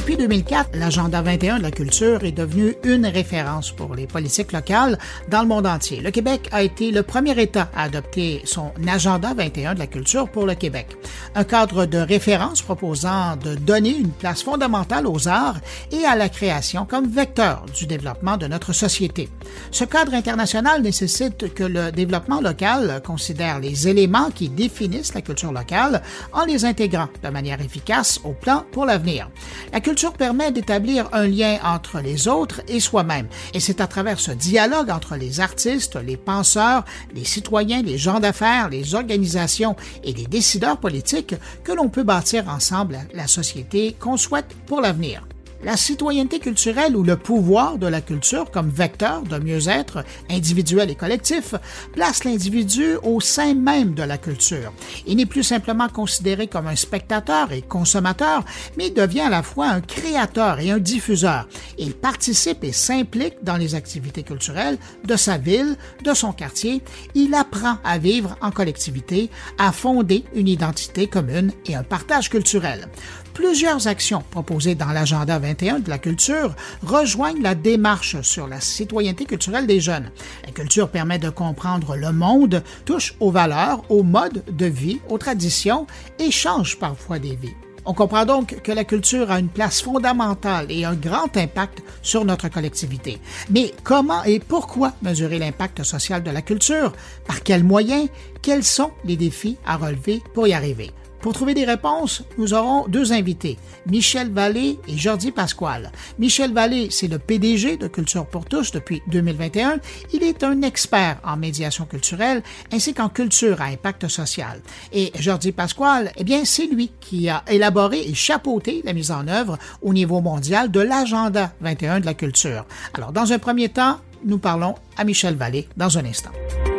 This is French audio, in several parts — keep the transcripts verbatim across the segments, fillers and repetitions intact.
Depuis deux mille quatre, l'agenda vingt et un de la culture est devenu une référence pour les politiques locales dans le monde entier. Le Québec a été le premier État à adopter son agenda vingt et un de la culture pour le Québec. Un cadre de référence proposant de donner une place fondamentale aux arts et à la création comme vecteur du développement de notre société. Ce cadre international nécessite que le développement local considère les éléments qui définissent la culture locale en les intégrant de manière efficace au plan pour l'avenir. La culture permet d'établir un lien entre les autres et soi-même, et c'est à travers ce dialogue entre les artistes, les penseurs, les citoyens, les gens d'affaires, les organisations et les décideurs politiques que l'on peut bâtir ensemble la société qu'on souhaite pour l'avenir. La citoyenneté culturelle ou le pouvoir de la culture comme vecteur de mieux-être individuel et collectif place l'individu au sein même de la culture. Il n'est plus simplement considéré comme un spectateur et consommateur, mais il devient à la fois un créateur et un diffuseur. Il participe et s'implique dans les activités culturelles de sa ville, de son quartier. Il apprend à vivre en collectivité, à fonder une identité commune et un partage culturel. Plusieurs actions proposées dans l'agenda vingt et un de la culture rejoignent la démarche sur la citoyenneté culturelle des jeunes. La culture permet de comprendre le monde, touche aux valeurs, aux modes de vie, aux traditions et change parfois des vies. On comprend donc que la culture a une place fondamentale et un grand impact sur notre collectivité. Mais comment et pourquoi mesurer l'impact social de la culture? Par quels moyens? Quels sont les défis à relever pour y arriver? Pour trouver des réponses, nous aurons deux invités, Michel Vallée et Jordi Pasquale. Michel Vallée, c'est le P D G de Culture pour tous depuis deux mille vingt et un. Il est un expert en médiation culturelle ainsi qu'en culture à impact social. Et Jordi Pasquale, eh bien, c'est lui qui a élaboré et chapeauté la mise en œuvre au niveau mondial de l'agenda vingt et un de la culture. Alors, dans un premier temps, nous parlons à Michel Vallée dans un instant.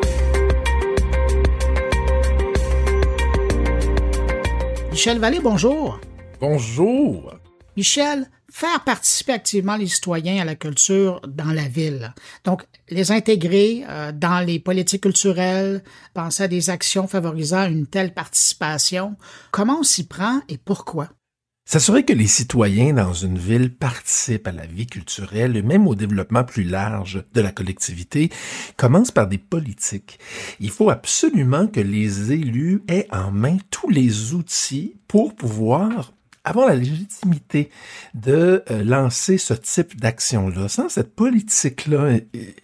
Michel Vallée, bonjour. Bonjour. Michel, faire participer activement les citoyens à la culture dans la ville. Donc, les intégrer euh, dans les politiques culturelles, penser à des actions favorisant une telle participation. Comment on s'y prend et pourquoi? S'assurer que les citoyens dans une ville participent à la vie culturelle et même au développement plus large de la collectivité commence par des politiques. Il faut absolument que les élus aient en main tous les outils pour pouvoir avoir la légitimité de euh, lancer ce type d'action-là. Sans cette politique-là,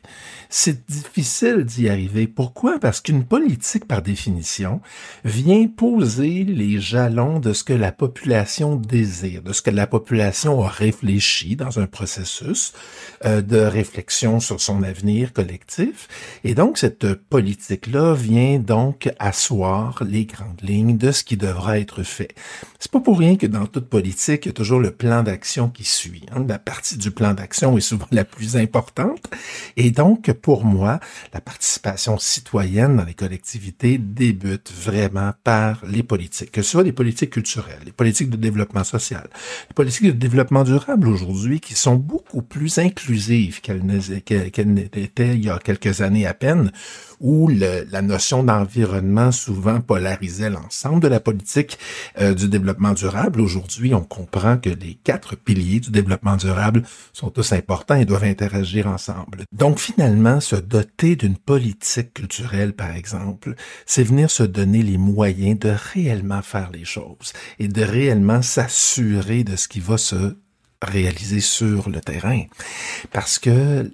c'est difficile d'y arriver. Pourquoi? Parce qu'une politique, par définition, vient poser les jalons de ce que la population désire, de ce que la population a réfléchi dans un processus euh, de réflexion sur son avenir collectif. Et donc, cette politique-là vient donc asseoir les grandes lignes de ce qui devra être fait. C'est pas pour rien que dans toute politique, il y a toujours le plan d'action qui suit. Hein. La partie du plan d'action est souvent la plus importante. Et donc, pour moi, la participation citoyenne dans les collectivités débute vraiment par les politiques, que ce soit les politiques culturelles, les politiques de développement social, les politiques de développement durable aujourd'hui qui sont beaucoup plus inclusives qu'elles n'étaient il y a quelques années à peine, où le, la notion d'environnement souvent polarisait l'ensemble de la politique euh, du développement durable. Aujourd'hui, on comprend que les quatre piliers du développement durable sont tous importants et doivent interagir ensemble. Donc finalement, se doter d'une politique culturelle, par exemple, c'est venir se donner les moyens de réellement faire les choses et de réellement s'assurer de ce qui va se réaliser sur le terrain. Parce que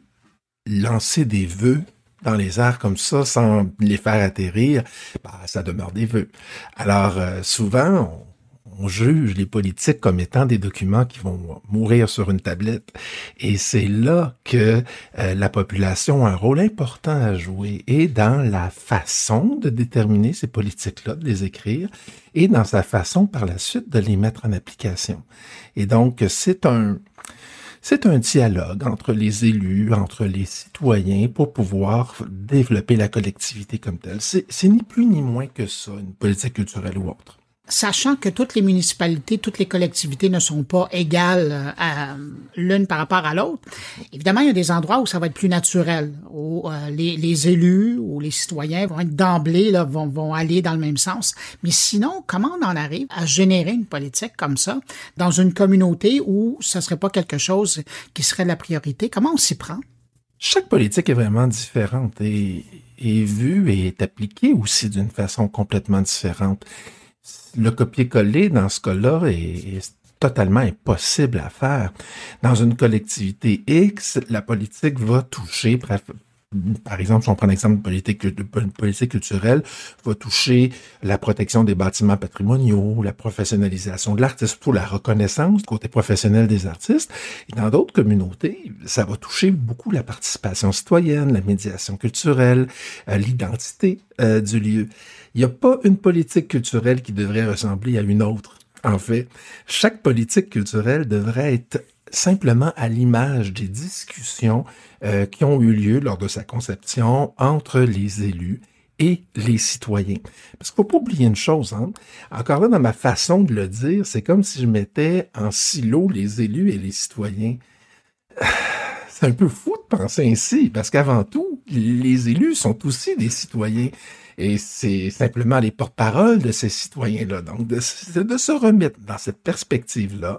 lancer des vœux dans les airs comme ça, sans les faire atterrir, bah, ça demeure des vœux. Alors, euh, souvent, on, on juge les politiques comme étant des documents qui vont mourir sur une tablette. Et c'est là que euh, la population a un rôle important à jouer, et dans la façon de déterminer ces politiques-là, de les écrire, et dans sa façon, par la suite, de les mettre en application. Et donc, c'est un... C'est un dialogue entre les élus, entre les citoyens pour pouvoir développer la collectivité comme telle. C'est, c'est ni plus ni moins que ça, une politique culturelle ou autre. Sachant que toutes les municipalités, toutes les collectivités ne sont pas égales à, l'une par rapport à l'autre, évidemment, il y a des endroits où ça va être plus naturel, où euh, les, les élus ou les citoyens vont être d'emblée, là, vont, vont aller dans le même sens. Mais sinon, comment on en arrive à générer une politique comme ça dans une communauté où ce serait pas quelque chose qui serait la priorité? Comment on s'y prend? Chaque politique est vraiment différente et est vue et est appliquée aussi d'une façon complètement différente. Le copier-coller, dans ce cas-là, est, est totalement impossible à faire. Dans une collectivité X, la politique va toucher, par exemple, si on prend l'exemple de politique, de politique culturelle, va toucher la protection des bâtiments patrimoniaux, la professionnalisation de l'artiste, pour la reconnaissance du côté professionnel des artistes. Et dans d'autres communautés, ça va toucher beaucoup la participation citoyenne, la médiation culturelle, euh, l'identité euh, du lieu. Il n'y a pas une politique culturelle qui devrait ressembler à une autre. En fait, chaque politique culturelle devrait être simplement à l'image des discussions euh, qui ont eu lieu lors de sa conception entre les élus et les citoyens. Parce qu'il ne faut pas oublier une chose, hein? Encore là, dans ma façon de le dire, c'est comme si je mettais en silo les élus et les citoyens. C'est un peu fou de penser ainsi, parce qu'avant tout, les élus sont aussi des citoyens. Et c'est simplement les porte-paroles de ces citoyens-là. Donc, de, de se remettre dans cette perspective-là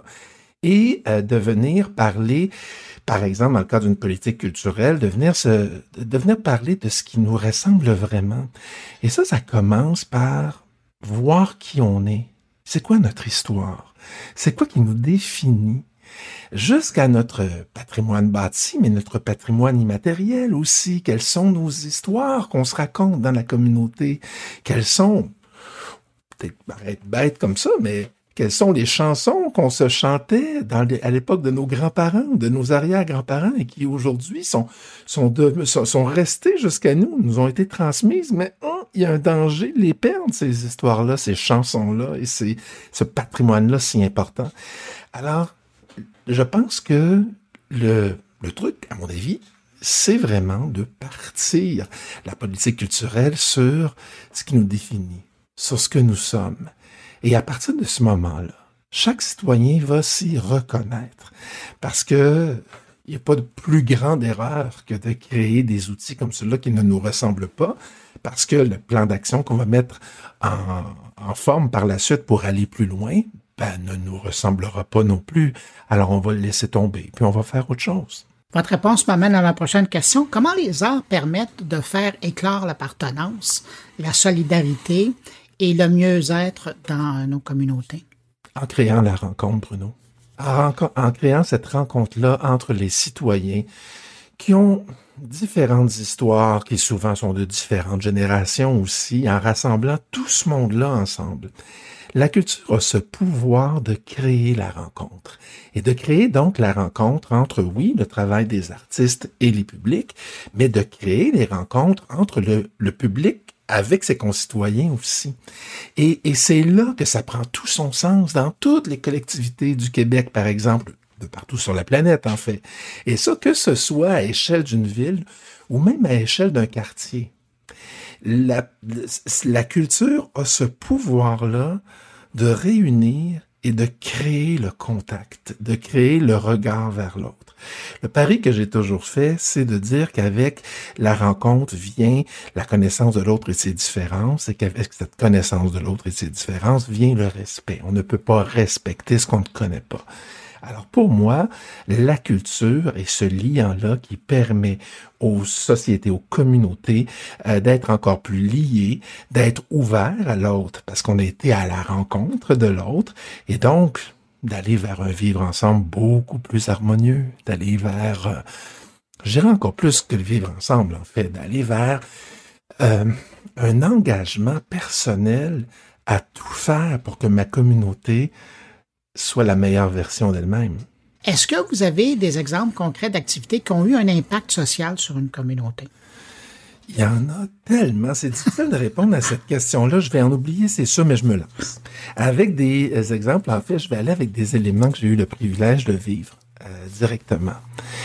et euh, de venir parler, par exemple, dans le cadre d'une politique culturelle, de venir, se, de venir parler de ce qui nous ressemble vraiment. Et ça, ça commence par voir qui on est. C'est quoi notre histoire? C'est quoi qui nous définit? Jusqu'à notre patrimoine bâti, mais notre patrimoine immatériel aussi. Quelles sont nos histoires qu'on se raconte dans la communauté? Quelles sont, peut-être paraître bête comme ça, mais quelles sont les chansons qu'on se chantait dans les, à l'époque de nos grands-parents, de nos arrière-grands-parents, et qui aujourd'hui sont, sont, de, sont, sont restées jusqu'à nous, nous ont été transmises, mais oh, il y a un danger de les perdre, ces histoires-là, ces chansons-là, et ces, ce patrimoine-là si important. Alors, je pense que le, le truc, à mon avis, c'est vraiment de partir la politique culturelle sur ce qui nous définit, sur ce que nous sommes. Et à partir de ce moment-là, chaque citoyen va s'y reconnaître. Parce que il n'y a pas de plus grande erreur que de créer des outils comme ceux-là qui ne nous ressemblent pas, parce que le plan d'action qu'on va mettre en, en forme par la suite pour aller plus loin, ben, ne nous ressemblera pas non plus. Alors, on va le laisser tomber, puis on va faire autre chose. Votre réponse m'amène à ma prochaine question. Comment les arts permettent de faire éclore l'appartenance, la solidarité et le mieux-être dans nos communautés? En créant la rencontre, Bruno. En, en créant cette rencontre-là entre les citoyens qui ont différentes histoires, qui souvent sont de différentes générations aussi, en rassemblant tout ce monde-là ensemble. La culture a ce pouvoir de créer la rencontre et de créer donc la rencontre entre, oui, le travail des artistes et les publics, mais de créer les rencontres entre le, le public avec ses concitoyens aussi. Et, et c'est là que ça prend tout son sens dans toutes les collectivités du Québec, par exemple, de partout sur la planète, en fait. Et ça, que ce soit à échelle d'une ville ou même à échelle d'un quartier. La, la culture a ce pouvoir-là de réunir et de créer le contact, de créer le regard vers l'autre. Le pari que j'ai toujours fait, c'est de dire qu'avec la rencontre vient la connaissance de l'autre et ses différences, et qu'avec cette connaissance de l'autre et ses différences vient le respect. On ne peut pas respecter ce qu'on ne connaît pas. Alors pour moi, la culture est ce lien-là qui permet aux sociétés, aux communautés euh, d'être encore plus liées, d'être ouverts à l'autre, parce qu'on a été à la rencontre de l'autre, et donc d'aller vers un vivre ensemble beaucoup plus harmonieux, d'aller vers, euh, je dirais encore plus que le vivre ensemble en fait, d'aller vers euh, un engagement personnel à tout faire pour que ma communauté soit la meilleure version d'elle-même. Est-ce que vous avez des exemples concrets d'activités qui ont eu un impact social sur une communauté? Il y en a tellement. C'est difficile de répondre à cette question-là. Je vais en oublier, c'est sûr, mais je me lance. Avec des exemples, en fait, je vais aller avec des éléments que j'ai eu le privilège de vivre euh, directement.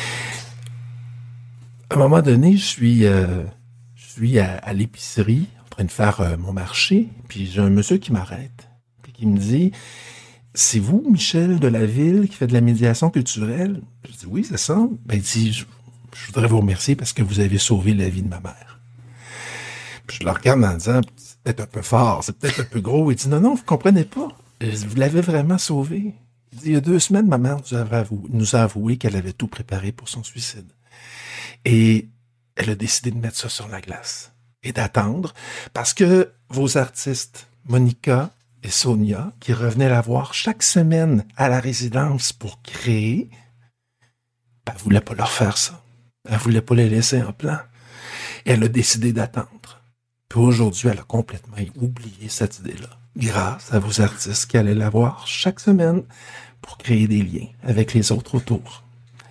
À un moment donné, je suis, euh, je suis à, à l'épicerie, en train de faire euh, mon marché, puis j'ai un monsieur qui m'arrête. qui me dit « C'est vous, Michel de la Ville, qui fait de la médiation culturelle? » Je dis « Oui, c'est ça. » Ben, il dit je, « Je voudrais vous remercier parce que vous avez sauvé la vie de ma mère. » Puis je le regarde en disant « C'est peut-être un peu fort, c'est peut-être un peu gros. » Il dit « Non, non, vous comprenez pas. Vous l'avez vraiment sauvé. » Il dit « Il y a deux semaines, ma mère nous a avoué, nous a avoué qu'elle avait tout préparé pour son suicide. Et elle a décidé de mettre ça sur la glace et d'attendre parce que vos artistes, Monica et Sonia, qui revenaient la voir chaque semaine à la résidence pour créer, ben, elle voulait pas leur faire ça. Elle voulait pas les laisser en plan. Et elle a décidé d'attendre. Puis aujourd'hui, elle a complètement oublié cette idée-là, grâce à vos artistes qui allaient la voir chaque semaine pour créer des liens avec les autres autour.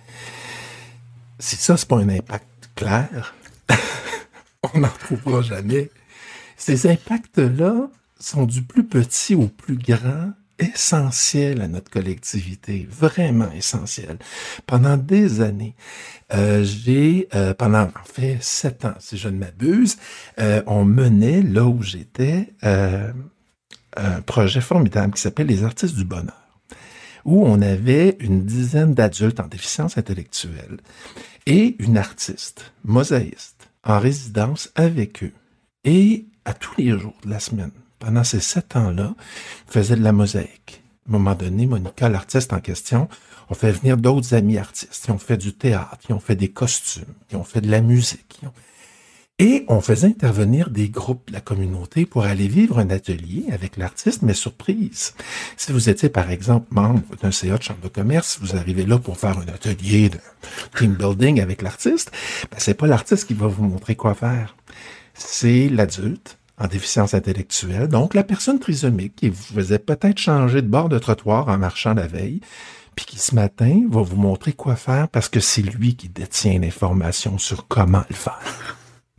Si ça, c'est pas un impact clair, on n'en trouvera jamais. Ces impacts-là sont du plus petit au plus grand, essentiels à notre collectivité, vraiment essentiels. Pendant des années, euh, j'ai, euh, pendant en fait sept ans, si je ne m'abuse, euh, on menait là où j'étais euh, un projet formidable qui s'appelle Les Artistes du Bonheur, où on avait une dizaine d'adultes en déficience intellectuelle et une artiste, mosaïste, en résidence avec eux. Et à tous les jours de la semaine, pendant ces sept ans-là, faisait de la mosaïque. À un moment donné, Monica, l'artiste en question, on fait venir d'autres amis artistes. Ils ont fait du théâtre, ils ont fait des costumes, ils ont fait de la musique. Ont... Et on faisait intervenir des groupes de la communauté pour aller vivre un atelier avec l'artiste, mais surprise. Si vous étiez, par exemple, membre d'un C A de chambre de commerce, vous arrivez là pour faire un atelier de team building avec l'artiste, ben, c'est pas l'artiste qui va vous montrer quoi faire. C'est l'adulte en déficience intellectuelle, donc la personne trisomique qui vous faisait peut-être changer de bord de trottoir en marchant la veille, puis qui ce matin va vous montrer quoi faire parce que c'est lui qui détient l'information sur comment le faire.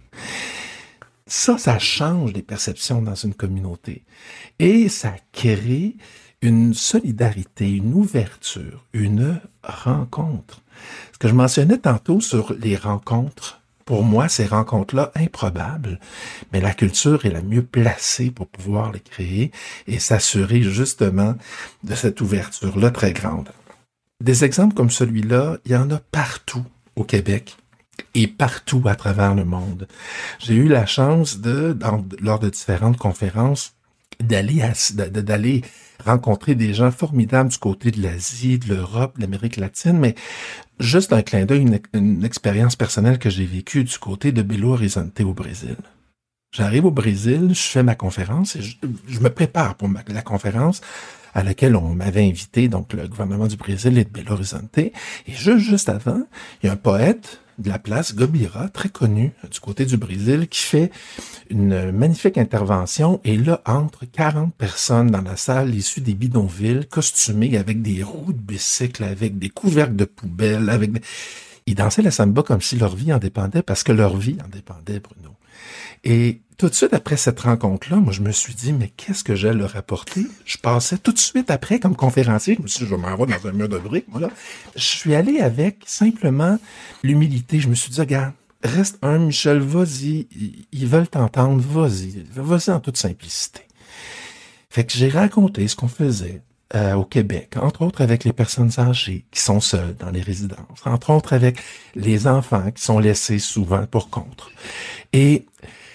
Ça, ça change les perceptions dans une communauté et ça crée une solidarité, une ouverture, une rencontre. Ce que je mentionnais tantôt sur les rencontres, pour moi, ces rencontres-là, improbables, mais la culture est la mieux placée pour pouvoir les créer et s'assurer justement de cette ouverture-là très grande. Des exemples comme celui-là, il y en a partout au Québec et partout à travers le monde. J'ai eu la chance de, dans, lors de différentes conférences, d'aller, à, d'aller rencontrer des gens formidables du côté de l'Asie, de l'Europe, de l'Amérique latine, mais juste un clin d'œil, une, une expérience personnelle que j'ai vécue du côté de Belo Horizonte au Brésil. J'arrive au Brésil, je fais ma conférence et je, je me prépare pour ma, la conférence à laquelle on m'avait invité, donc le gouvernement du Brésil et de Belo Horizonte. Et juste, juste avant, il y a un poète de la place, Gobira, très connu du côté du Brésil, qui fait une magnifique intervention. Et là, entre quarante personnes dans la salle, issues des bidonvilles, costumées avec des roues de bicycle, avec des couvercles de poubelle, avec des... Ils dansaient la samba comme si leur vie en dépendait, parce que leur vie en dépendait, Bruno. Et tout de suite après cette rencontre-là, moi, je me suis dit, mais qu'est-ce que j'ai leur apporter? Je passais tout de suite après, comme conférencier, je me suis dit, je vais m'en avoir dans un mur de briques, moi, là. Je suis allé avec simplement l'humilité. Je me suis dit, regarde, reste un, Michel, vas-y, ils veulent t'entendre, vas-y, vas-y en toute simplicité. Fait que j'ai raconté ce qu'on faisait euh, au Québec, entre autres avec les personnes âgées qui sont seules dans les résidences, entre autres avec les enfants qui sont laissés souvent pour contre. Et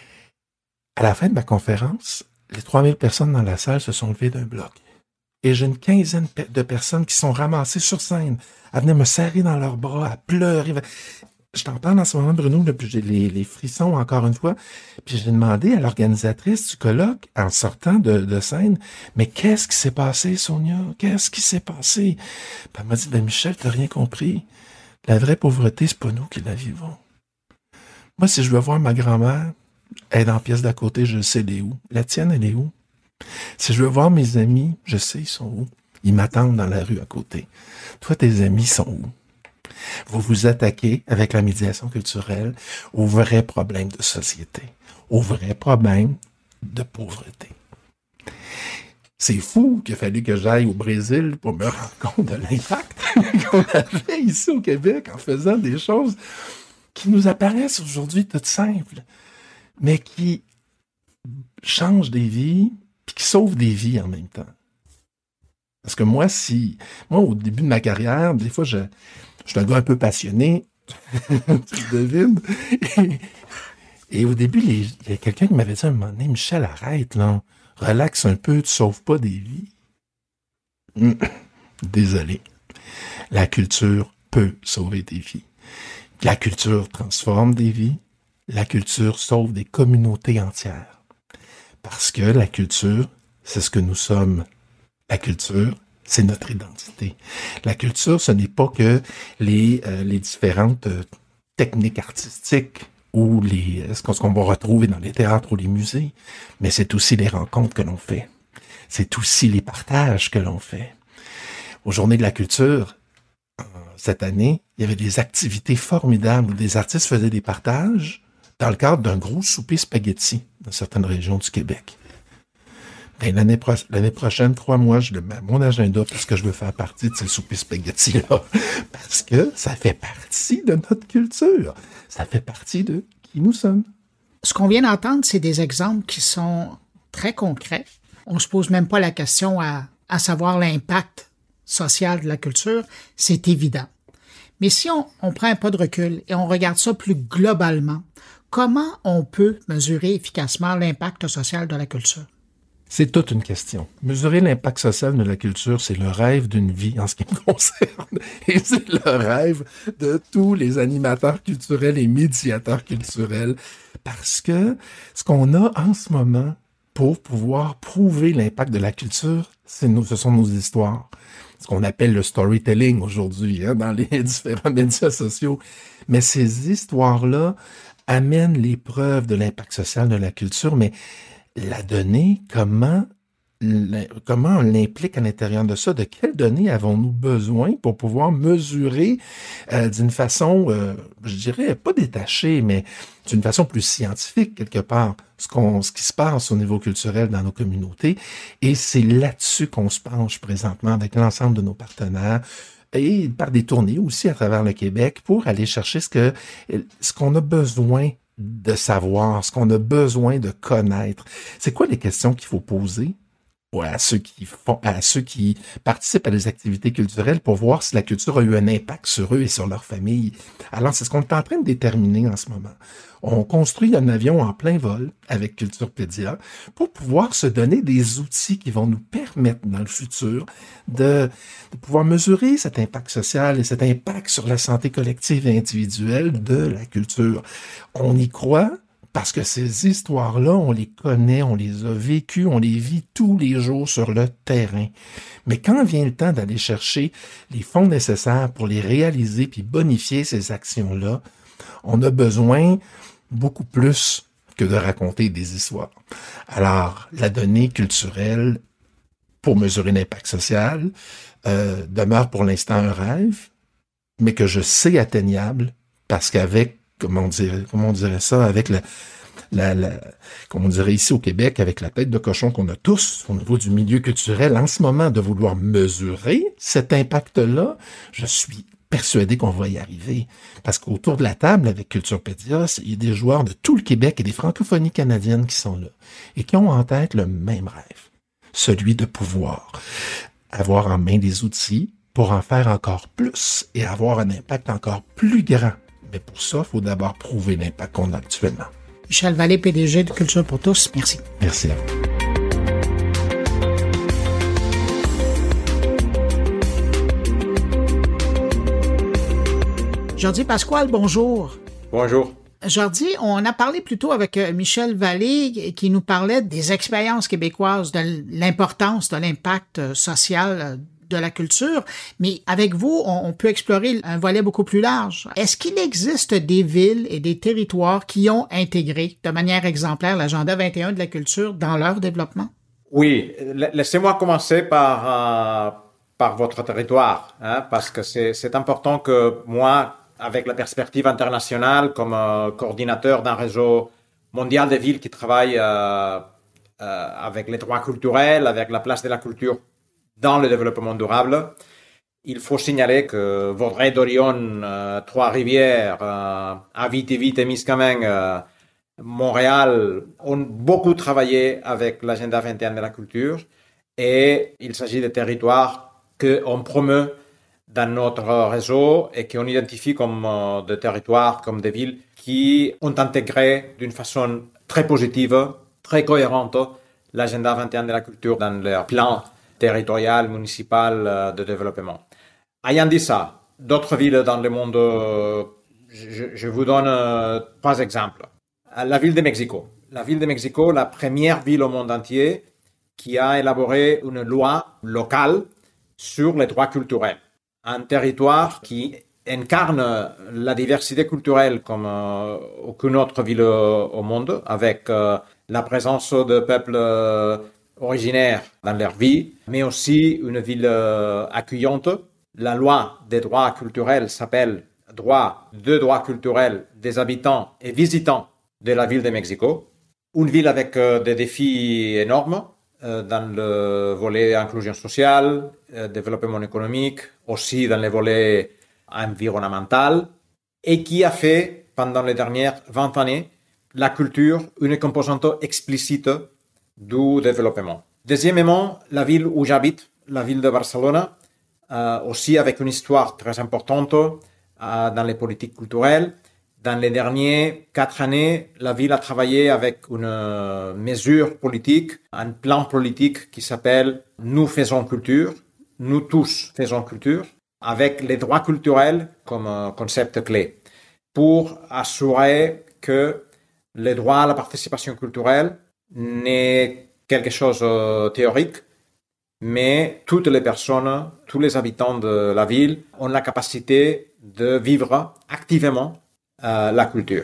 à la fin de ma conférence, les trois mille personnes dans la salle se sont levées d'un bloc. Et j'ai une quinzaine de personnes qui sont ramassées sur scène, à venir me serrer dans leurs bras, à pleurer. Je t'en parle en ce moment, Bruno, là, puis j'ai les, les frissons encore une fois. Puis j'ai demandé à l'organisatrice du colloque, en sortant de, de scène, mais qu'est-ce qui s'est passé, Sonia? Qu'est-ce qui s'est passé? Puis elle m'a dit, ben Michel, t'as rien compris. La vraie pauvreté, c'est pas nous qui la vivons. Moi, si je veux voir ma grand-mère, elle est dans la pièce d'à côté, je sais elle est où. La tienne, elle est où? Si je veux voir mes amis, je sais ils sont où. Ils m'attendent dans la rue à côté. Toi, tes amis sont où? Vous vous attaquez avec la médiation culturelle aux vrais problèmes de société, aux vrais problèmes de pauvreté. C'est fou qu'il a fallu que j'aille au Brésil pour me rendre compte de l'impact qu'on avait ici au Québec en faisant des choses qui nous apparaissent aujourd'hui toutes simples, mais qui changent des vies, puis qui sauvent des vies en même temps. Parce que moi, si, moi, au début de ma carrière, des fois, je, je suis un gars un peu passionné, tu devines. Et, et au début, les, il y a quelqu'un qui m'avait dit à un moment donné, Michel, arrête, là, relaxe un peu, tu sauves pas des vies. Hum, désolé. La culture peut sauver des vies. La culture transforme des vies. La culture sauve des communautés entières. Parce que la culture, c'est ce que nous sommes. La culture, c'est notre identité. La culture, ce n'est pas que les, euh, les différentes euh, techniques artistiques ou les, ce qu'on va retrouver dans les théâtres ou les musées, mais c'est aussi les rencontres que l'on fait. C'est aussi les partages que l'on fait. Aux Journées de la culture, cette année, il y avait des activités formidables où des artistes faisaient des partages dans le cadre d'un gros souper spaghetti dans certaines régions du Québec. Ben, l'année, pro- l'année prochaine, crois-moi, je le mets à mon agenda parce que je veux faire partie de ces soupers spaghetti-là. Parce que ça fait partie de notre culture. Ça fait partie de qui nous sommes. Ce qu'on vient d'entendre, c'est des exemples qui sont très concrets. On ne se pose même pas la question à, à savoir l'impact social de la culture. C'est évident. Mais si on, on prend un pas de recul et on regarde ça plus globalement, comment on peut mesurer efficacement l'impact social de la culture? C'est toute une question. Mesurer l'impact social de la culture, c'est le rêve d'une vie en ce qui me concerne. Et c'est le rêve de tous les animateurs culturels et médiateurs culturels. Parce que ce qu'on a en ce moment pour pouvoir prouver l'impact de la culture, c'est nos, ce sont nos histoires. Ce qu'on appelle le storytelling aujourd'hui, hein, dans les différents médias sociaux. Mais ces histoires-là amènent les preuves de l'impact social de la culture, mais la donnée, comment, comment on l'implique à l'intérieur de ça? De quelles données avons-nous besoin pour pouvoir mesurer euh, d'une façon, euh, je dirais, pas détachée, mais d'une façon plus scientifique, quelque part, ce, qu'on, ce qui se passe au niveau culturel dans nos communautés. Et c'est là-dessus qu'on se penche présentement avec l'ensemble de nos partenaires et par des tournées aussi à travers le Québec pour aller chercher ce que ce qu'on a besoin de savoir, ce qu'on a besoin de connaître. C'est quoi les questions qu'il faut poser à ceux qui font, à ceux qui participent à des activités culturelles pour voir si la culture a eu un impact sur eux et sur leur famille? Alors, c'est ce qu'on est en train de déterminer en ce moment. On construit un avion en plein vol avec Culturepédia pour pouvoir se donner des outils qui vont nous permettre dans le futur de, de pouvoir mesurer cet impact social et cet impact sur la santé collective et individuelle de la culture. On y croit parce que ces histoires-là, on les connaît, on les a vécues, on les vit tous les jours sur le terrain. Mais quand vient le temps d'aller chercher les fonds nécessaires pour les réaliser puis bonifier ces actions-là, on a besoin beaucoup plus que de raconter des histoires. Alors, la donnée culturelle pour mesurer l'impact social euh, demeure pour l'instant un rêve, mais que je sais atteignable parce qu'avec, comment on dirait, comment on dirait ça, avec le, la, la, comme on dirait ici au Québec, avec la tête de cochon qu'on a tous au niveau du milieu culturel en ce moment, de vouloir mesurer cet impact-là, je suis persuadé qu'on va y arriver. Parce qu'autour de la table, avec Culturepédia, il y a des joueurs de tout le Québec et des francophonies canadiennes qui sont là et qui ont en tête le même rêve, celui de pouvoir avoir en main des outils pour en faire encore plus et avoir un impact encore plus grand. Mais pour ça, il faut d'abord prouver l'impact qu'on a actuellement. Michel Vallée, P D G de Culture pour tous, merci. Merci à vous. Jordi Pasquale, bonjour. Bonjour. Jordi, on a parlé plutôt avec Michel Vallée qui nous parlait des expériences québécoises, de l'importance de l'impact social de la culture, mais avec vous, on, on peut explorer un volet beaucoup plus large. Est-ce qu'il existe des villes et des territoires qui ont intégré de manière exemplaire l'agenda vingt et un de la culture dans leur développement? Oui, laissez-moi commencer par, euh, par votre territoire, hein, parce que c'est, c'est important que moi, avec la perspective internationale, comme euh, coordinateur d'un réseau mondial de villes qui travaille euh, euh, avec les droits culturels, avec la place de la culture dans le développement durable, il faut signaler que Vaudreuil, Dorion, euh, Trois-Rivières, euh, Abitibi-Témiscamingue, euh, Montréal ont beaucoup travaillé avec l'agenda vingt et un de la culture Et il s'agit de territoires qu'on promeut dans notre réseau et qu'on identifie comme euh, des territoires, comme des villes qui ont intégré d'une façon très positive, très cohérente, l'agenda vingt et un de la culture dans leur plan territorial, municipal euh, de développement. Ayant dit ça, d'autres villes dans le monde, euh, je, je vous donne euh, trois exemples. La ville de Mexico. La ville de Mexico, la première ville au monde entier qui a élaboré une loi locale sur les droits culturels. Un territoire qui incarne la diversité culturelle comme euh, aucune autre ville au monde, avec euh, la présence de peuples euh, originaires dans leur vie, mais aussi une ville euh, accueillante. La loi des droits culturels s'appelle « Droit de droits culturels des habitants et visitants de la ville de Mexico ». Une ville avec euh, des défis énormes, dans le volet inclusion sociale, euh, développement économique, aussi dans le volet environnemental, et qui a fait, pendant les dernières vingt années, la culture une composante explicite du développement. Deuxièmement, la ville où j'habite, la ville de Barcelone, euh, aussi avec une histoire très importante euh, dans les politiques culturelles. Dans les dernières quatre années, la ville a travaillé avec une mesure politique, un plan politique qui s'appelle « Nous faisons culture », « Nous tous faisons culture », avec les droits culturels comme concept clé, pour assurer que le droit à la participation culturelle n'est quelque chose de théorique, mais toutes les personnes, tous les habitants de la ville ont la capacité de vivre activement Euh, la culture.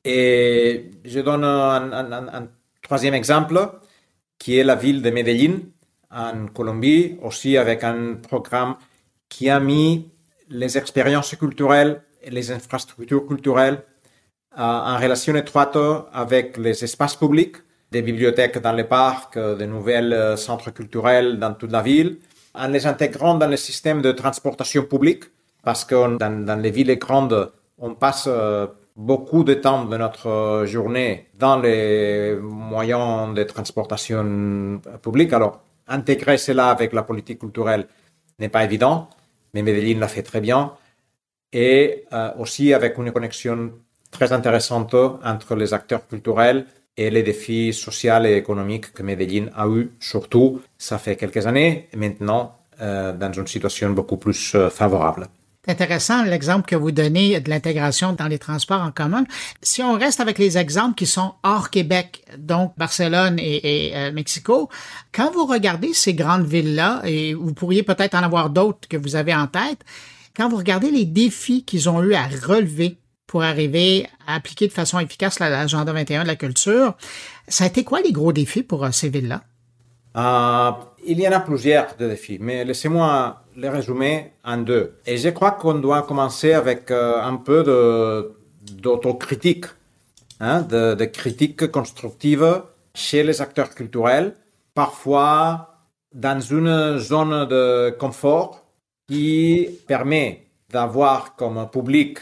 Et je donne un, un, un, un troisième exemple qui est la ville de Medellín en Colombie, aussi avec un programme qui a mis les expériences culturelles et les infrastructures culturelles euh, en relation étroite avec les espaces publics, des bibliothèques dans les parcs, de nouvelles euh, centres culturels dans toute la ville, en les intégrant dans le système de transportation publique, parce que dans, dans les villes grandes, on passe euh, beaucoup de temps de notre journée dans les moyens de transportation publique. Alors, intégrer cela avec la politique culturelle n'est pas évident, mais Medellín l'a fait très bien. Et euh, aussi avec une connexion très intéressante entre les acteurs culturels et les défis sociaux et économiques que Medellín a eu, surtout, ça fait quelques années, et maintenant, euh, dans une situation beaucoup plus euh, favorable. C'est intéressant l'exemple que vous donnez de l'intégration dans les transports en commun. Si on reste avec les exemples qui sont hors Québec, donc Barcelone et, et euh, Mexico, quand vous regardez ces grandes villes-là, et vous pourriez peut-être en avoir d'autres que vous avez en tête, quand vous regardez les défis qu'ils ont eu à relever pour arriver à appliquer de façon efficace l'agenda vingt et un de la culture, ça a été quoi les gros défis pour euh, ces villes-là? Euh, il y en a plusieurs de défis, mais laissez-moi les résumer en deux. Et je crois qu'on doit commencer avec euh, un peu de, d'autocritique, hein, de, de critique constructive chez les acteurs culturels, parfois dans une zone de confort qui permet d'avoir comme public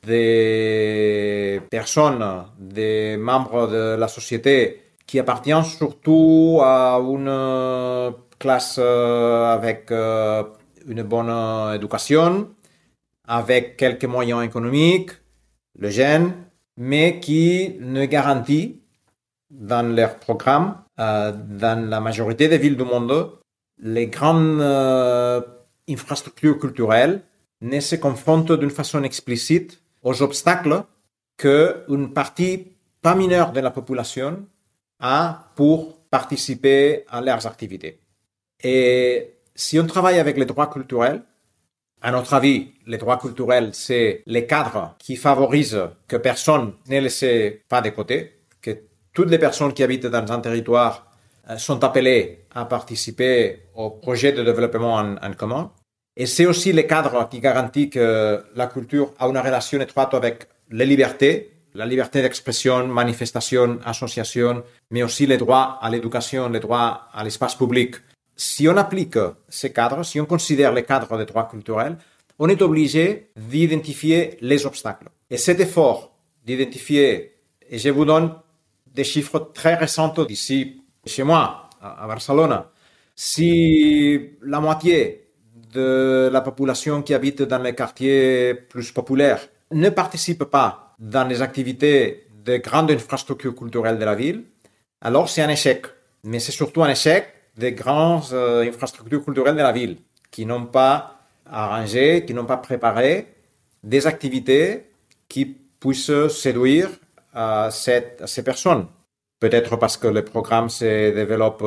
des personnes, des membres de la société qui appartient surtout à une classe avec une bonne éducation, avec quelques moyens économiques, le jeune, mais qui ne garantit dans leur programme, euh, dans la majorité des villes du monde, les grandes euh, infrastructures culturelles ne se confrontent d'une façon explicite aux obstacles qu'une partie pas mineure de la population a pour participer à leurs activités. Et si on travaille avec les droits culturels, à notre avis, les droits culturels, c'est les cadres qui favorisent que personne ne laisse pas de côté, que toutes les personnes qui habitent dans un territoire sont appelées à participer au projet de développement en, en commun. Et c'est aussi les cadres qui garantissent que la culture a une relation étroite avec les libertés, la liberté d'expression, manifestation, association, mais aussi les droits à l'éducation, les droits à l'espace public. Si on applique ces cadres, si on considère les cadres des droits culturels, on est obligé d'identifier les obstacles. Et cet effort d'identifier, et je vous donne des chiffres très récents d'ici, chez moi, à Barcelone, Si la moitié de la population qui habite dans les quartiers plus populaires ne participe pas dans les activités de grandes infrastructures culturelles de la ville, alors c'est un échec. Mais c'est surtout un échec des grandes euh, infrastructures culturelles de la ville qui n'ont pas arrangé, qui n'ont pas préparé des activités qui puissent séduire euh, cette, ces personnes. Peut-être parce que le programme se développe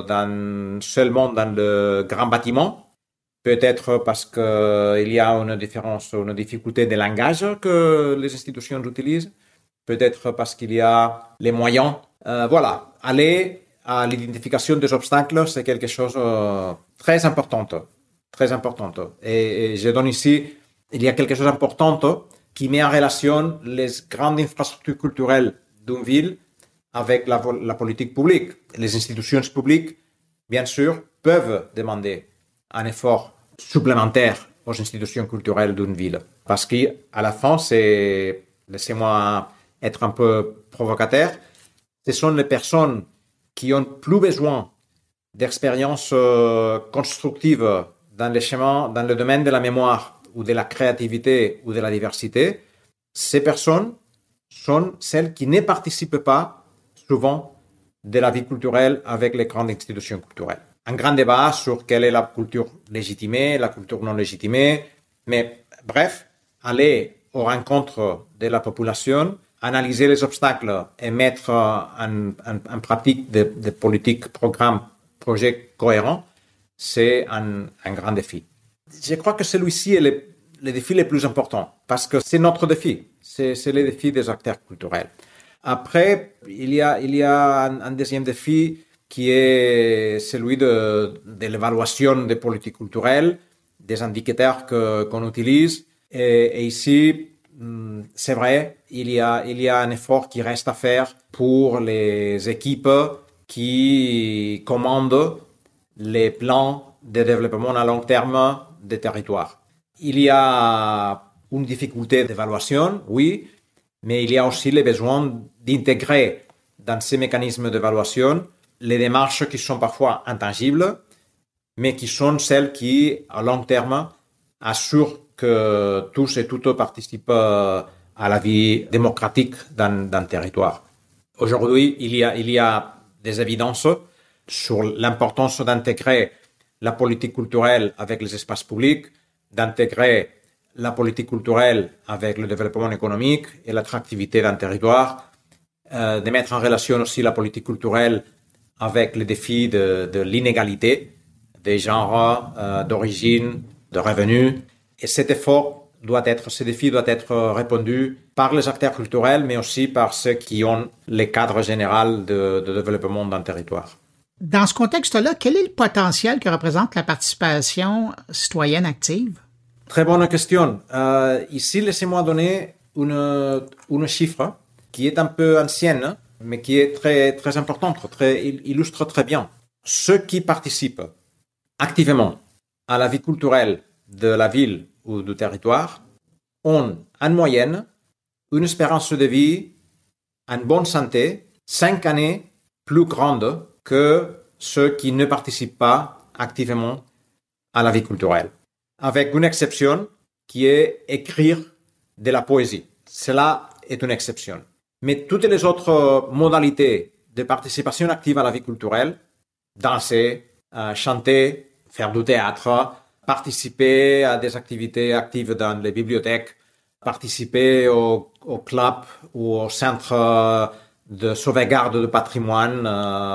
dans, seulement dans le grand bâtiment. Peut-être parce qu'il y a une différence, une difficulté de langage que les institutions utilisent. Peut-être parce qu'il y a les moyens. Euh, voilà, aller à l'identification des obstacles, c'est quelque chose de euh, très important. Très important. Et, et je donne ici, il y a quelque chose d'important qui met en relation les grandes infrastructures culturelles d'une ville avec la, la politique publique. Les institutions publiques, bien sûr, peuvent demander un effort supplémentaire aux institutions culturelles d'une ville. Parce qu'à la fin, c'est, laissez-moi être un peu provocateur, ce sont les personnes qui ont plus besoin d'expériences euh, constructives dans les chemins, dans le domaine de la mémoire ou de la créativité ou de la diversité. Ces personnes sont celles qui ne participent pas souvent de la vie culturelle avec les grandes institutions culturelles. Un grand débat sur quelle est la culture légitimée, la culture non légitimée, mais bref, aller aux rencontres de la population, analyser les obstacles et mettre en, en, en pratique des, des politiques, programmes, projets cohérents, c'est un, un grand défi. Je crois que celui-ci est le, le défi le plus important parce que c'est notre défi, c'est, c'est le défi des acteurs culturels. Après, il y a, il y a un, un deuxième défi qui est celui de, de l'évaluation des politiques culturelles, des indicateurs que, qu'on utilise. Et, et ici, c'est vrai, il y a, il y a un effort qui reste à faire pour les équipes qui commandent les plans de développement à long terme des territoires. Il y a une difficulté d'évaluation, oui, mais il y a aussi le besoin d'intégrer dans ces mécanismes d'évaluation les démarches qui sont parfois intangibles, mais qui sont celles qui, à long terme, assurent que tous et toutes participent à la vie démocratique dans, dans le territoire. Aujourd'hui, il y a, il y a des évidences sur l'importance d'intégrer la politique culturelle avec les espaces publics, d'intégrer la politique culturelle avec le développement économique et l'attractivité d'un territoire, euh, de mettre en relation aussi la politique culturelle avec les défis de, de l'inégalité des genres, euh, d'origine, de revenus. Et cet effort doit être, ce défi doit être répondu par les acteurs culturels, mais aussi par ceux qui ont les cadres généraux de, de développement d'un territoire. Dans ce contexte-là, quel est le potentiel que représente la participation citoyenne active? Très bonne question. Euh, ici, laissez-moi donner une, une chiffre qui est un peu ancienne, mais qui est très, très importante, très, illustre très bien. Ceux qui participent activement à la vie culturelle de la ville ou du territoire ont en moyenne une espérance de vie en bonne santé cinq années plus grande que ceux qui ne participent pas activement à la vie culturelle. Avec une exception qui est écrire de la poésie. Cela est une exception. Mais toutes les autres modalités de participation active à la vie culturelle, danser, euh, chanter, faire du théâtre, participer à des activités actives dans les bibliothèques, participer au, au club ou au centre de sauvegarde de patrimoine,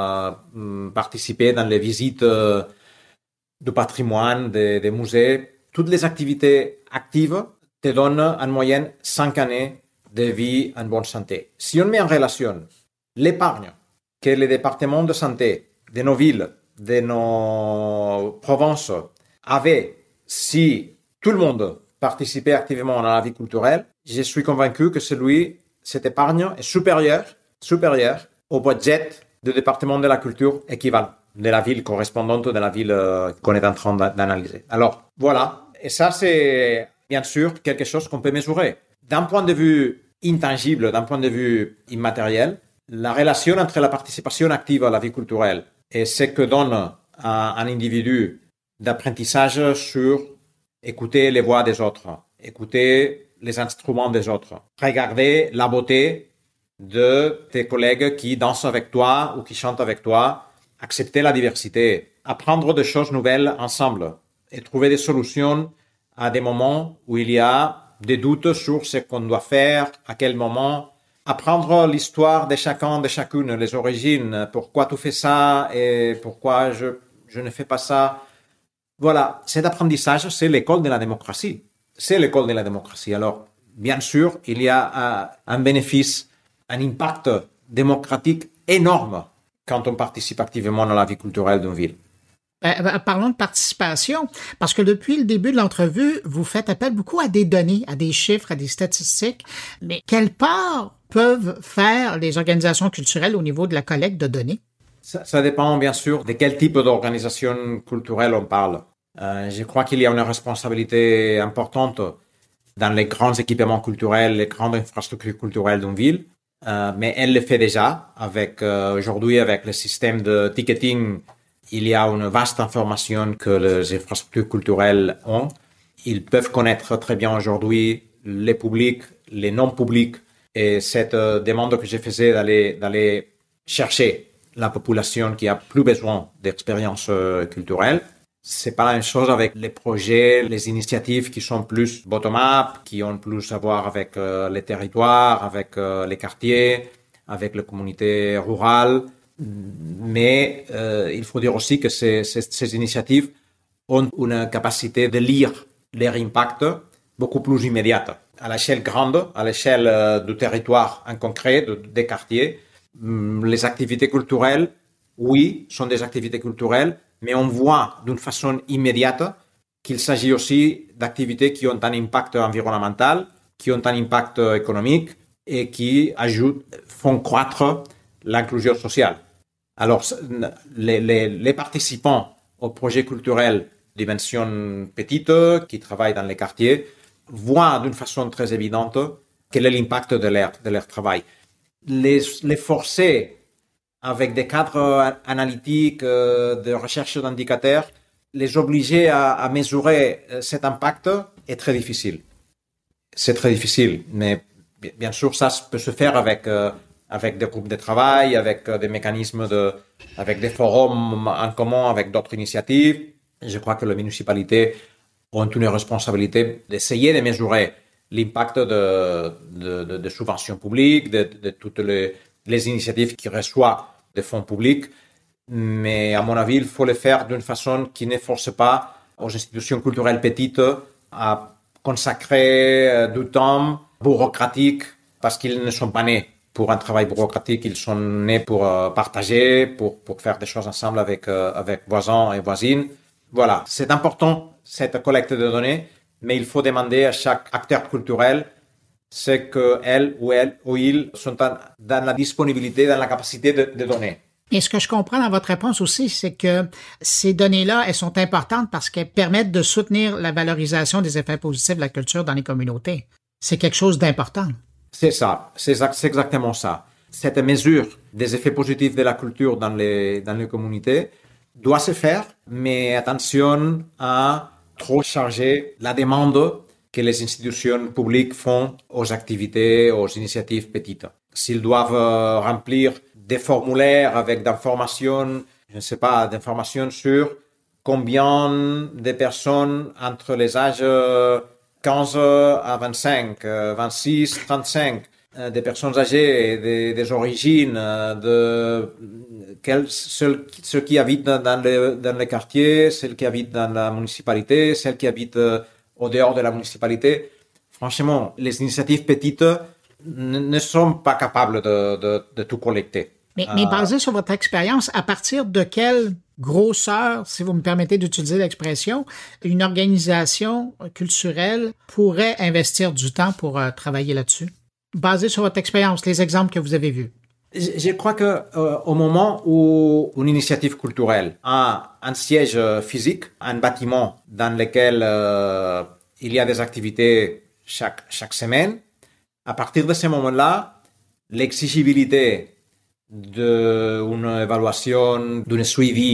euh, participer dans les visites euh, du patrimoine, des, des musées. Toutes les activités actives te donnent en moyenne cinq années de vie en bonne santé. Si on met en relation l'épargne que les départements de santé de nos villes, de nos provinces avaient si tout le monde participait activement à la vie culturelle, je suis convaincu que celui, cette épargne est supérieure, supérieure au budget du département de la culture équivalent de la ville correspondante de la ville qu'on est en train d'analyser. Alors, voilà. Et ça, c'est bien sûr quelque chose qu'on peut mesurer. D'un point de vue intangible, d'un point de vue immatériel, la relation entre la participation active à la vie culturelle et ce que donne à un individu d'apprentissage sur écouter les voix des autres, écouter les instruments des autres, regarder la beauté de tes collègues qui dansent avec toi ou qui chantent avec toi, accepter la diversité, apprendre des choses nouvelles ensemble et trouver des solutions à des moments où il y a des doutes sur ce qu'on doit faire, à quel moment, apprendre l'histoire de chacun, de chacune, les origines, pourquoi tu fais ça et pourquoi je, je ne fais pas ça. Voilà, cet apprentissage, c'est l'école de la démocratie. C'est l'école de la démocratie. Alors, bien sûr, il y a un bénéfice, un impact démocratique énorme quand on participe activement dans la vie culturelle d'une ville. Euh, parlons de participation, parce que depuis le début de l'entrevue, vous faites appel beaucoup à des données, à des chiffres, à des statistiques. Mais quelle part peuvent faire les organisations culturelles au niveau de la collecte de données? Ça, ça dépend bien sûr de quel type d'organisation culturelle on parle. Euh, je crois qu'il y a une responsabilité importante dans les grands équipements culturels, les grandes infrastructures culturelles d'une ville, euh, mais elle le fait déjà. Avec euh, aujourd'hui, avec le système de ticketing, il y a une vaste information que les infrastructures culturelles ont. Ils peuvent connaître très bien aujourd'hui les publics, les non-publics, et cette euh, demande que je faisais d'aller, d'aller chercher la population qui a plus besoin d'expériences euh, culturelles. C'est pas la même chose avec les projets, les initiatives qui sont plus bottom-up, qui ont plus à voir avec euh, les territoires, avec euh, les quartiers, avec les communautés rurales. Mais euh, il faut dire aussi que ces, ces, ces initiatives ont une capacité de lire leur impact beaucoup plus immédiate. À l'échelle grande, à l'échelle euh, du territoire en concret, de, des quartiers, les activités culturelles, oui, sont des activités culturelles, mais on voit d'une façon immédiate qu'il s'agit aussi d'activités qui ont un impact environnemental, qui ont un impact économique et qui ajoutent, font croître l'inclusion sociale. Alors, les, les, les participants au projet culturel dimension petite, qui travaillent dans les quartiers, voient d'une façon très évidente quel est l'impact de leur, de leur travail. Les, les forcer avec des cadres analytiques, de recherche d'indicateurs, les obliger à, à mesurer cet impact est très difficile. C'est très difficile, mais bien sûr, ça peut se faire avec... Euh, avec des groupes de travail, avec des mécanismes de, avec des forums en commun, avec d'autres initiatives. Je crois que les municipalités ont une responsabilité d'essayer de mesurer l'impact de, de, de, de subventions publiques, de, de toutes les, les initiatives qui reçoivent des fonds publics. Mais à mon avis, il faut le faire d'une façon qui ne force pas aux institutions culturelles petites à consacrer du temps bureaucratique parce qu'ils ne sont pas nés pour un travail bureaucratique, ils sont nés pour euh, partager, pour, pour faire des choses ensemble avec, euh, avec voisins et voisines. Voilà, c'est important cette collecte de données, mais il faut demander à chaque acteur culturel ce qu'elle ou elle ou ils sont dans, dans la disponibilité, dans la capacité de, de donner. Et ce que je comprends dans votre réponse aussi, c'est que ces données-là, elles sont importantes parce qu'elles permettent de soutenir la valorisation des effets positifs de la culture dans les communautés. C'est quelque chose d'important. C'est ça, c'est exactement ça. Cette mesure des effets positifs de la culture dans les, dans les communautés doit se faire, mais attention à trop charger la demande que les institutions publiques font aux activités, aux initiatives petites. S'ils doivent remplir des formulaires avec d'informations, je ne sais pas, d'informations sur combien de personnes entre les âges quinze à vingt-cinq, vingt-six, trente-cinq, des personnes âgées, des, des origines, de quels, ceux, ceux qui habitent dans les, dans les quartiers, ceux qui habitent dans la municipalité, celles qui habitent au dehors de la municipalité. Franchement, les initiatives petites ne sont pas capables de, de, de tout collecter. Mais, mais basé sur votre expérience, à partir de quelle grosseur, si vous me permettez d'utiliser l'expression, une organisation culturelle pourrait investir du temps pour euh, travailler là-dessus? Basé sur votre expérience, les exemples que vous avez vus. Je, je crois que euh, au moment où une initiative culturelle a un siège physique, un bâtiment dans lequel euh, il y a des activités chaque, chaque semaine, à partir de ce moment-là, l'exigibilité d'une évaluation, d'un suivi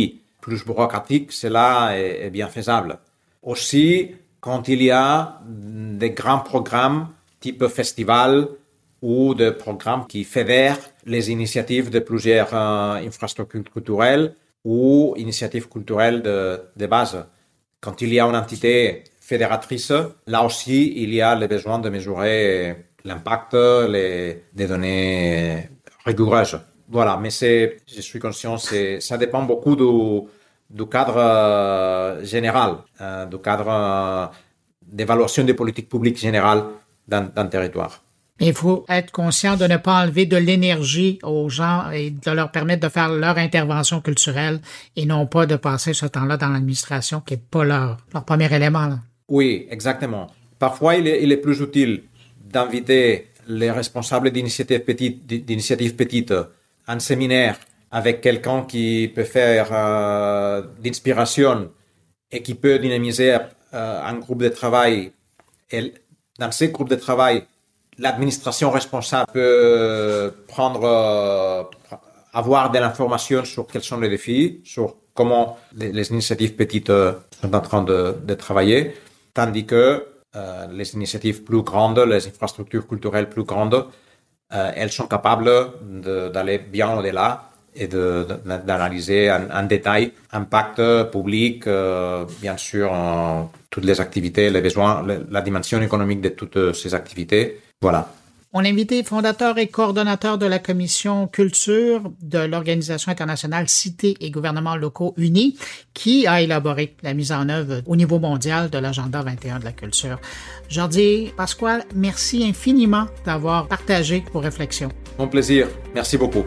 plus bureaucratique, cela est, est bien faisable. Aussi, quand il y a des grands programmes type festival ou des programmes qui fédèrent les initiatives de plusieurs euh, infrastructures culturelles ou initiatives culturelles de, de base. Quand il y a une entité fédératrice, là aussi, il y a le besoin de mesurer l'impact les, des données rigoureuses. Voilà, mais c'est, je suis conscient, c'est, ça dépend beaucoup du, du cadre euh, général, euh, du cadre euh, d'évaluation des politiques publiques générales dans, dans le territoire. Il faut être conscient de ne pas enlever de l'énergie aux gens et de leur permettre de faire leur intervention culturelle et non pas de passer ce temps-là dans l'administration qui n'est pas leur, leur premier élément. Là. Oui, exactement. Parfois, il est, il est plus utile d'inviter les responsables d'initiatives petites, d'initiatives petites à un séminaire avec quelqu'un qui peut faire euh, d'inspiration et qui peut dynamiser euh, un groupe de travail. Et dans ces groupes de travail, l'administration responsable peut prendre, euh, avoir de l'information sur quels sont les défis, sur comment les, les initiatives petites euh, sont en train de, de travailler, tandis que euh, les initiatives plus grandes, les infrastructures culturelles plus grandes, euh, elles sont capables de, d'aller bien au-delà et de, de, d'analyser en, en détail l'impact public, euh, bien sûr, en toutes les activités, les besoins, la dimension économique de toutes ces activités. Voilà. Mon invité fondateur et coordonnateur de la commission culture de l'Organisation internationale Cités et gouvernements locaux unis, qui a élaboré la mise en œuvre au niveau mondial de l'agenda vingt et un de la culture. Jordi Pasquale, merci infiniment d'avoir partagé vos réflexions. Mon plaisir. Merci beaucoup.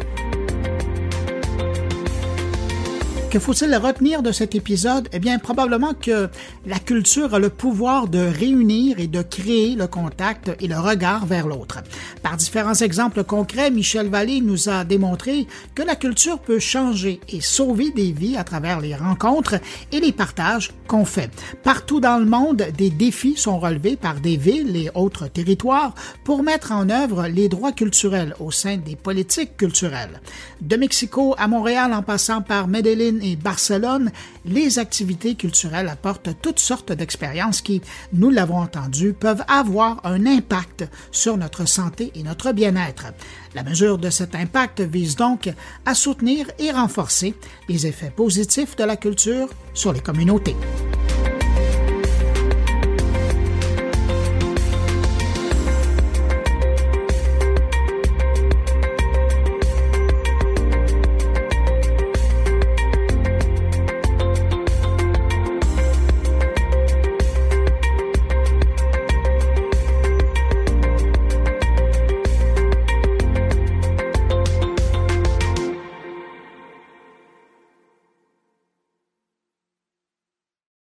Que faut-il retenir de cet épisode? Eh bien, probablement que la culture a le pouvoir de réunir et de créer le contact et le regard vers l'autre. Par différents exemples concrets, Michel Vallée nous a démontré que la culture peut changer et sauver des vies à travers les rencontres et les partages qu'on fait. Partout dans le monde, des défis sont relevés par des villes et autres territoires pour mettre en œuvre les droits culturels au sein des politiques culturelles. De Mexico à Montréal en passant par Medellín et Barcelone, les activités culturelles apportent toutes sortes d'expériences qui, nous l'avons entendu, peuvent avoir un impact sur notre santé et notre bien-être. La mesure de cet impact vise donc à soutenir et renforcer les effets positifs de la culture sur les communautés.